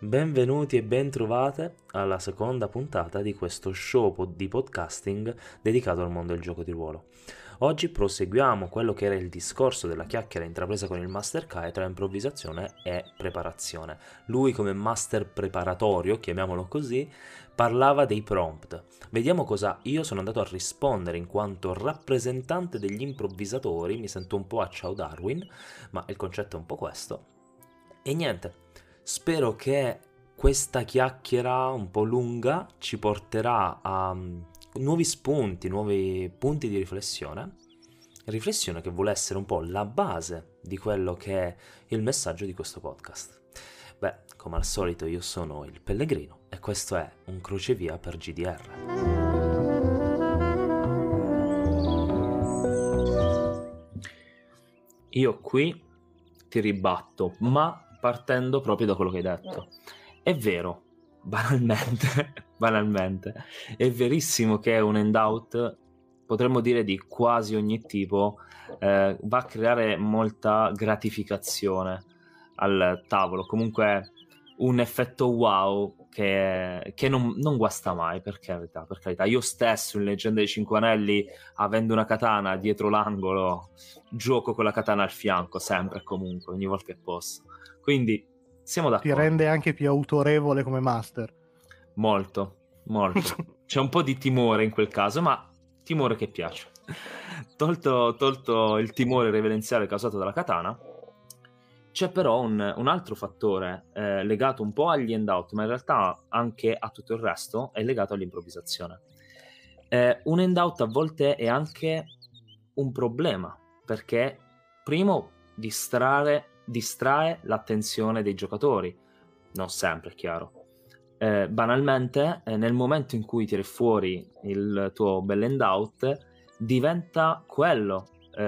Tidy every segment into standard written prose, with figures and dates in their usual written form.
Benvenuti e ben trovate alla seconda puntata di questo show di podcasting dedicato al mondo del gioco di ruolo. Oggi proseguiamo quello che era il discorso della chiacchiera intrapresa con il Master Kai tra improvvisazione e preparazione. Lui, come master preparatorio, chiamiamolo così, parlava dei prompt. Vediamo cosa io sono andato a rispondere in quanto rappresentante degli improvvisatori. Mi sento un po' a Ciao Darwin, ma il concetto è un po' questo. E niente. Spero che questa chiacchiera un po' lunga ci porterà a nuovi spunti, nuovi punti di riflessione che vuole essere un po' la base di quello che è il messaggio di questo podcast. Beh, come al solito io sono il Pellegrino e questo è un crocevia per GDR. Io qui ti ribatto, ma partendo proprio da quello che hai detto. È vero, banalmente, è verissimo che un handout, potremmo dire di quasi ogni tipo, va a creare molta gratificazione al tavolo, comunque un effetto wow che non guasta mai, per carità. Io stesso in Leggenda dei Cinque Anelli, avendo una katana dietro l'angolo, gioco con la katana al fianco, sempre e comunque, ogni volta che posso. Quindi siamo d'accordo. Ti rende anche più autorevole come master. Molto. C'è un po' di timore in quel caso, ma timore che piace. Tolto il timore reverenziale causato dalla katana, c'è però un altro fattore legato un po' agli handout, ma in realtà anche a tutto il resto, è legato all'improvvisazione. Un handout a volte è anche un problema, perché primo distrae l'attenzione dei giocatori, non sempre, è chiaro. Banalmente, nel momento in cui tiri fuori il tuo bel handout, diventa quello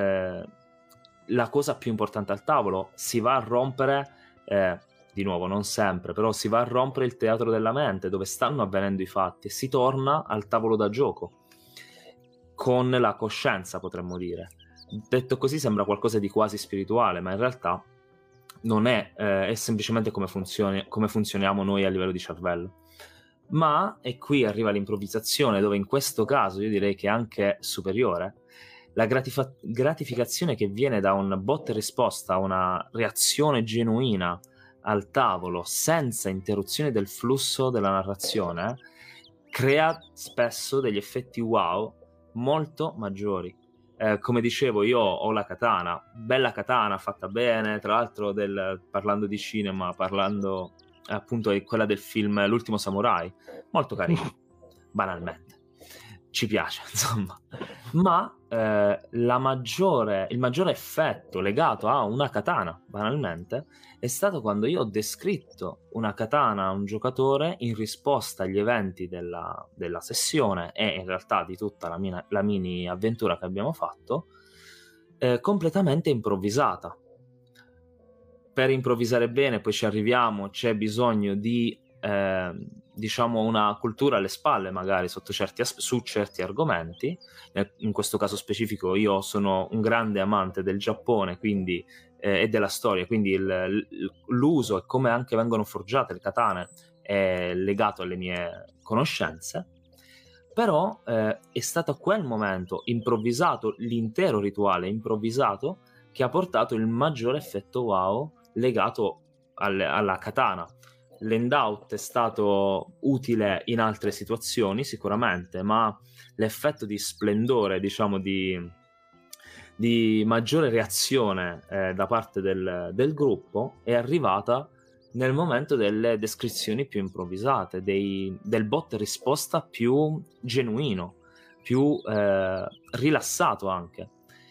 la cosa più importante al tavolo. Si va a rompere, di nuovo non sempre, però si va a rompere il teatro della mente dove stanno avvenendo i fatti e si torna al tavolo da gioco con la coscienza, potremmo dire. Detto così sembra qualcosa di quasi spirituale, ma in realtà non è semplicemente come funzioniamo noi a livello di cervello. Ma, e qui arriva l'improvvisazione, dove in questo caso io direi che è anche superiore, la gratificazione che viene da un botta e risposta, una reazione genuina al tavolo senza interruzione del flusso della narrazione, crea spesso degli effetti wow molto maggiori. Come dicevo, io ho la katana, bella katana fatta bene, tra l'altro parlando di cinema, parlando appunto di quella del film L'ultimo samurai, molto carina, banalmente ci piace, insomma. Ma il maggiore effetto legato a una katana, banalmente, è stato quando io ho descritto una katana a un giocatore in risposta agli eventi della sessione e in realtà di tutta la mini avventura che abbiamo fatto, completamente improvvisata. Per improvvisare bene, poi ci arriviamo, c'è bisogno di diciamo una cultura alle spalle, magari su certi argomenti. In questo caso specifico io sono un grande amante del Giappone, quindi e della storia, quindi l'uso e come anche vengono forgiate le katane è legato alle mie conoscenze. Però è stato a quel momento improvvisato, l'intero rituale improvvisato, che ha portato il maggiore effetto wow legato alla katana. L'handout è stato utile in altre situazioni sicuramente, ma l'effetto di splendore, diciamo di maggiore reazione da parte del gruppo è arrivata nel momento delle descrizioni più improvvisate, del botta e risposta più genuino, più rilassato anche,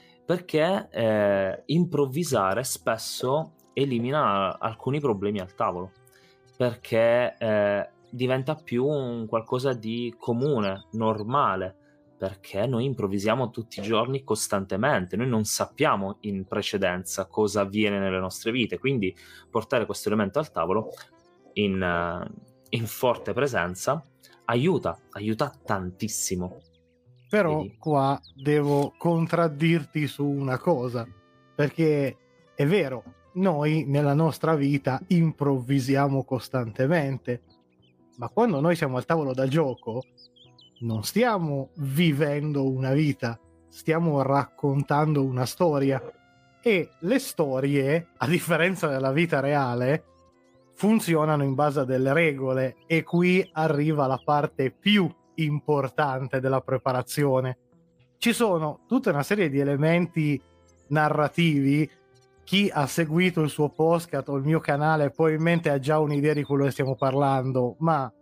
perché improvvisare spesso elimina alcuni problemi al tavolo, perché diventa più un qualcosa di comune, normale, perché noi improvvisiamo tutti i giorni costantemente, noi non sappiamo in precedenza cosa avviene nelle nostre vite, quindi portare questo elemento al tavolo in forte presenza aiuta tantissimo. Però Vedi? qua devo contraddirti su una cosa, perché è vero, noi nella nostra vita improvvisiamo costantemente, ma quando noi siamo al tavolo da gioco non stiamo vivendo una vita, stiamo raccontando una storia, e le storie, a differenza della vita reale, funzionano in base a delle regole, e qui arriva la parte più importante della preparazione. Ci sono tutta una serie di elementi narrativi. Chi ha seguito il suo podcast o il mio canale probabilmente ha già un'idea di quello che stiamo parlando, ma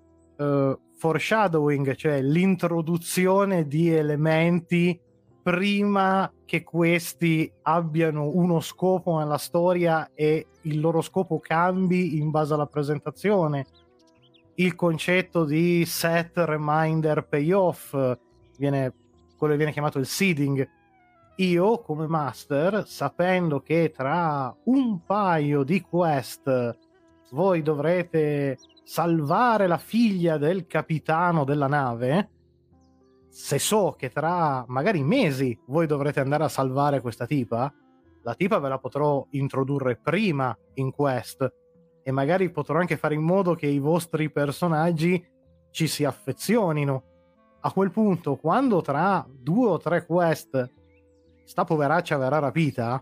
foreshadowing, cioè l'introduzione di elementi prima che questi abbiano uno scopo nella storia e il loro scopo cambi in base alla presentazione, il concetto di set, reminder, payoff, quello che viene chiamato il seeding. Io come master, sapendo che tra un paio di quest voi dovrete salvare la figlia del capitano della nave, se so che tra magari mesi voi dovrete andare a salvare questa tipa, la tipa ve la potrò introdurre prima in quest, e magari potrò anche fare in modo che i vostri personaggi ci si affezionino. A quel punto, quando tra 2 o 3 quest sta poveraccia verrà rapita,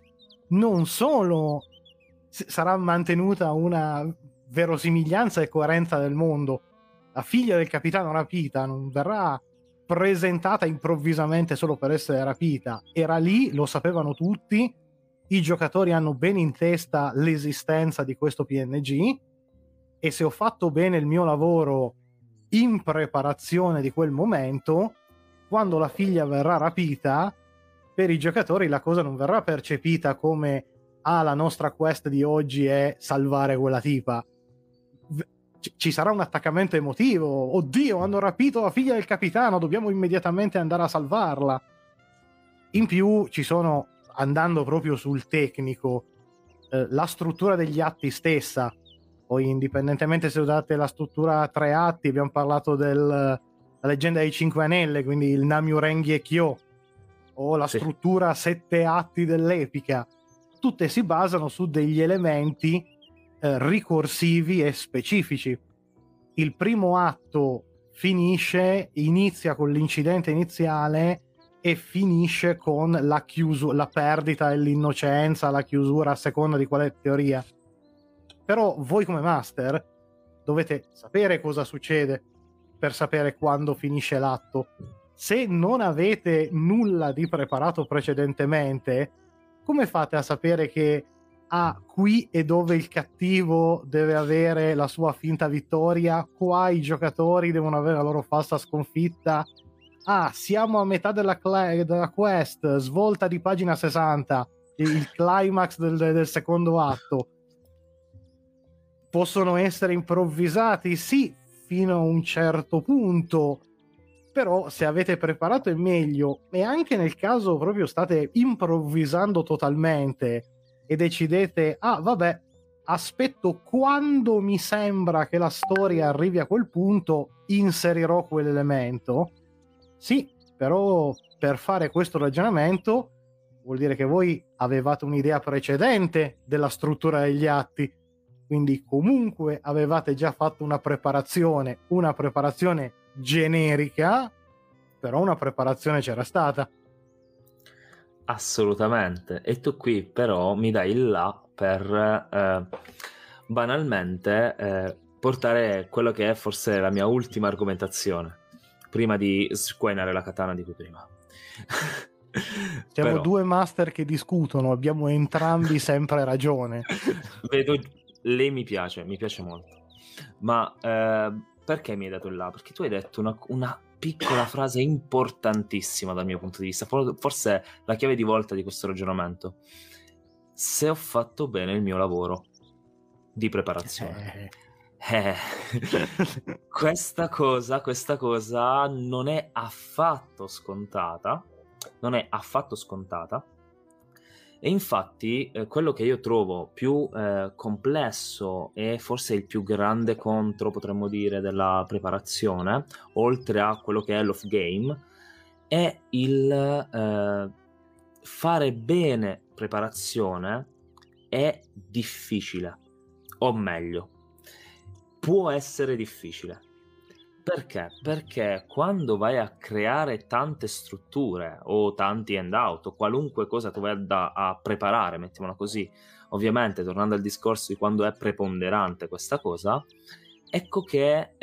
non solo sarà mantenuta una verosimiglianza e coerenza del mondo, la figlia del capitano rapita non verrà presentata improvvisamente solo per essere rapita, era lì, lo sapevano tutti, i giocatori hanno ben in testa l'esistenza di questo PNG, e se ho fatto bene il mio lavoro in preparazione di quel momento, quando la figlia verrà rapita, per i giocatori la cosa non verrà percepita come la nostra quest di oggi è salvare quella tipa. Ci sarà un attaccamento emotivo. Oddio, hanno rapito la figlia del capitano, dobbiamo immediatamente andare a salvarla. In più ci sono, andando proprio sul tecnico, la struttura degli atti stessa. Poi indipendentemente se usate la struttura a 3 atti, abbiamo parlato della leggenda dei 5 anelle, quindi il Namyu-Rengi e Kyo, o la struttura a 7 atti dell'epica, tutte si basano su degli elementi ricorsivi e specifici. Il primo atto inizia con l'incidente iniziale e finisce con la perdita dell'innocenza, la chiusura, a seconda di quale teoria. Però voi come master dovete sapere cosa succede per sapere quando finisce l'atto. Se non avete nulla di preparato precedentemente, come fate a sapere che qui è dove il cattivo deve avere la sua finta vittoria, qua i giocatori devono avere la loro falsa sconfitta? Siamo a metà della quest, svolta di pagina 60, il climax del secondo atto. Possono essere improvvisati? Sì, fino a un certo punto, però se avete preparato è meglio. E anche nel caso proprio state improvvisando totalmente e decidete vabbè, aspetto quando mi sembra che la storia arrivi a quel punto, inserirò quell'elemento. Sì, però per fare questo ragionamento vuol dire che voi avevate un'idea precedente della struttura degli atti, quindi comunque avevate già fatto una preparazione generica, però una preparazione c'era stata. Assolutamente. E tu qui però mi dai il là per banalmente portare quello che è forse la mia ultima argomentazione prima di squainare la katana di cui prima. Siamo però, 2 master che discutono, abbiamo entrambi sempre ragione. Vedo, lei mi piace molto, ma perché mi hai dato il là? Perché tu hai detto una piccola frase importantissima dal mio punto di vista, forse la chiave di volta di questo ragionamento. Se ho fatto bene il mio lavoro di preparazione, questa cosa non è affatto scontata, e infatti quello che io trovo più complesso e forse il più grande contro, potremmo dire, della preparazione, oltre a quello che è l'off game, è il fare bene preparazione è difficile, o meglio, può essere difficile. Perché? Perché quando vai a creare tante strutture o tanti handout o qualunque cosa tu vai a preparare, mettiamola così, ovviamente tornando al discorso di quando è preponderante questa cosa, ecco che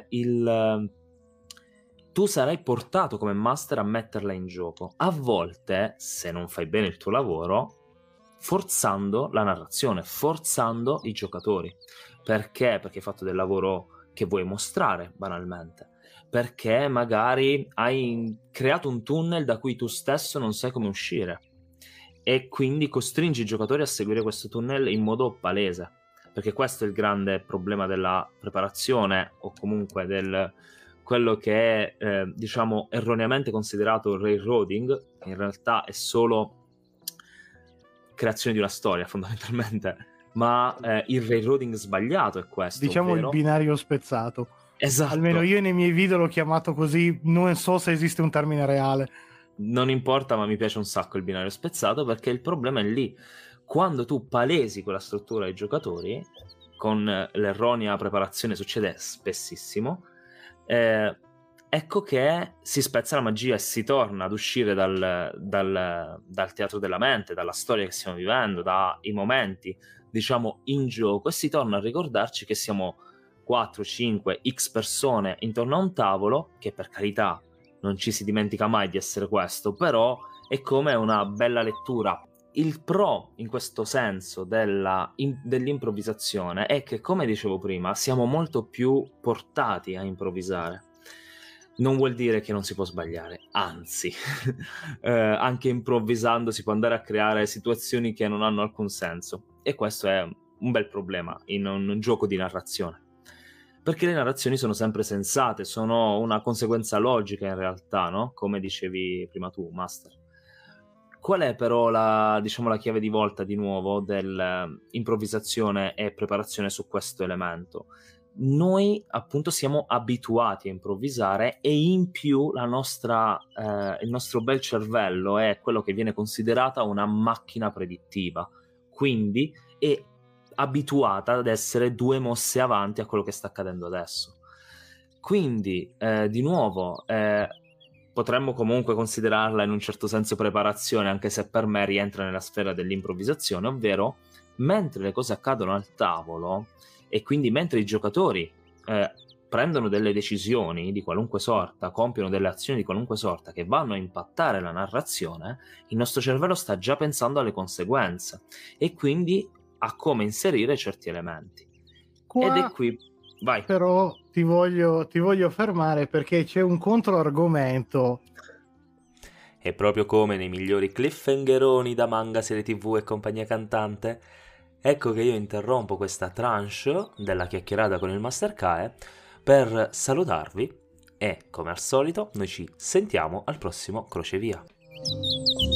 tu sarai portato come master a metterla in gioco. A volte, se non fai bene il tuo lavoro, forzando la narrazione, forzando i giocatori. Perché? Perché hai fatto del lavoro che vuoi mostrare, banalmente. Perché magari hai creato un tunnel da cui tu stesso non sai come uscire. E quindi costringi i giocatori a seguire questo tunnel in modo palese. Perché questo è il grande problema della preparazione, o comunque quello che è, diciamo, erroneamente considerato railroading, che in realtà è solo creazione di una storia, fondamentalmente. Ma il railroading sbagliato è questo, diciamo ovvero... il binario spezzato. Esatto. Almeno io nei miei video l'ho chiamato così, non so se esiste un termine reale. Non importa, ma mi piace un sacco il binario spezzato, perché il problema è lì. Quando tu palesi quella struttura ai giocatori, con l'erronea preparazione succede spessissimo, ecco che si spezza la magia e si torna ad uscire dal teatro della mente, dalla storia che stiamo vivendo, dai momenti, diciamo, in gioco, e si torna a ricordarci che siamo 4, 5, x persone intorno a un tavolo, che per carità non ci si dimentica mai di essere questo, però è come una bella lettura. Il pro in questo senso dell'improvvisazione è che, come dicevo prima, siamo molto più portati a improvvisare. Non vuol dire che non si può sbagliare, anzi, anche improvvisando si può andare a creare situazioni che non hanno alcun senso, e questo è un bel problema in un gioco di narrazione. Perché le narrazioni sono sempre sensate, sono una conseguenza logica in realtà, no? Come dicevi prima tu, Master. Qual è però la chiave di volta di nuovo dell'improvvisazione e preparazione su questo elemento? Noi appunto siamo abituati a improvvisare, e in più il nostro bel cervello è quello che viene considerata una macchina predittiva, quindi è abituata ad essere 2 mosse avanti a quello che sta accadendo adesso. Quindi di nuovo potremmo comunque considerarla in un certo senso preparazione, anche se per me rientra nella sfera dell'improvvisazione, ovvero mentre le cose accadono al tavolo e quindi mentre i giocatori prendono delle decisioni di qualunque sorta, compiono delle azioni di qualunque sorta che vanno a impattare la narrazione, il nostro cervello sta già pensando alle conseguenze e quindi a come inserire certi elementi. Ed è qui, vai. Però ti voglio fermare, perché c'è un controargomento. E proprio come nei migliori cliffhangeroni da manga, serie TV e compagnia cantante, ecco che io interrompo questa tranche della chiacchierata con il Master Kae per salutarvi, e come al solito noi ci sentiamo al prossimo crocevia.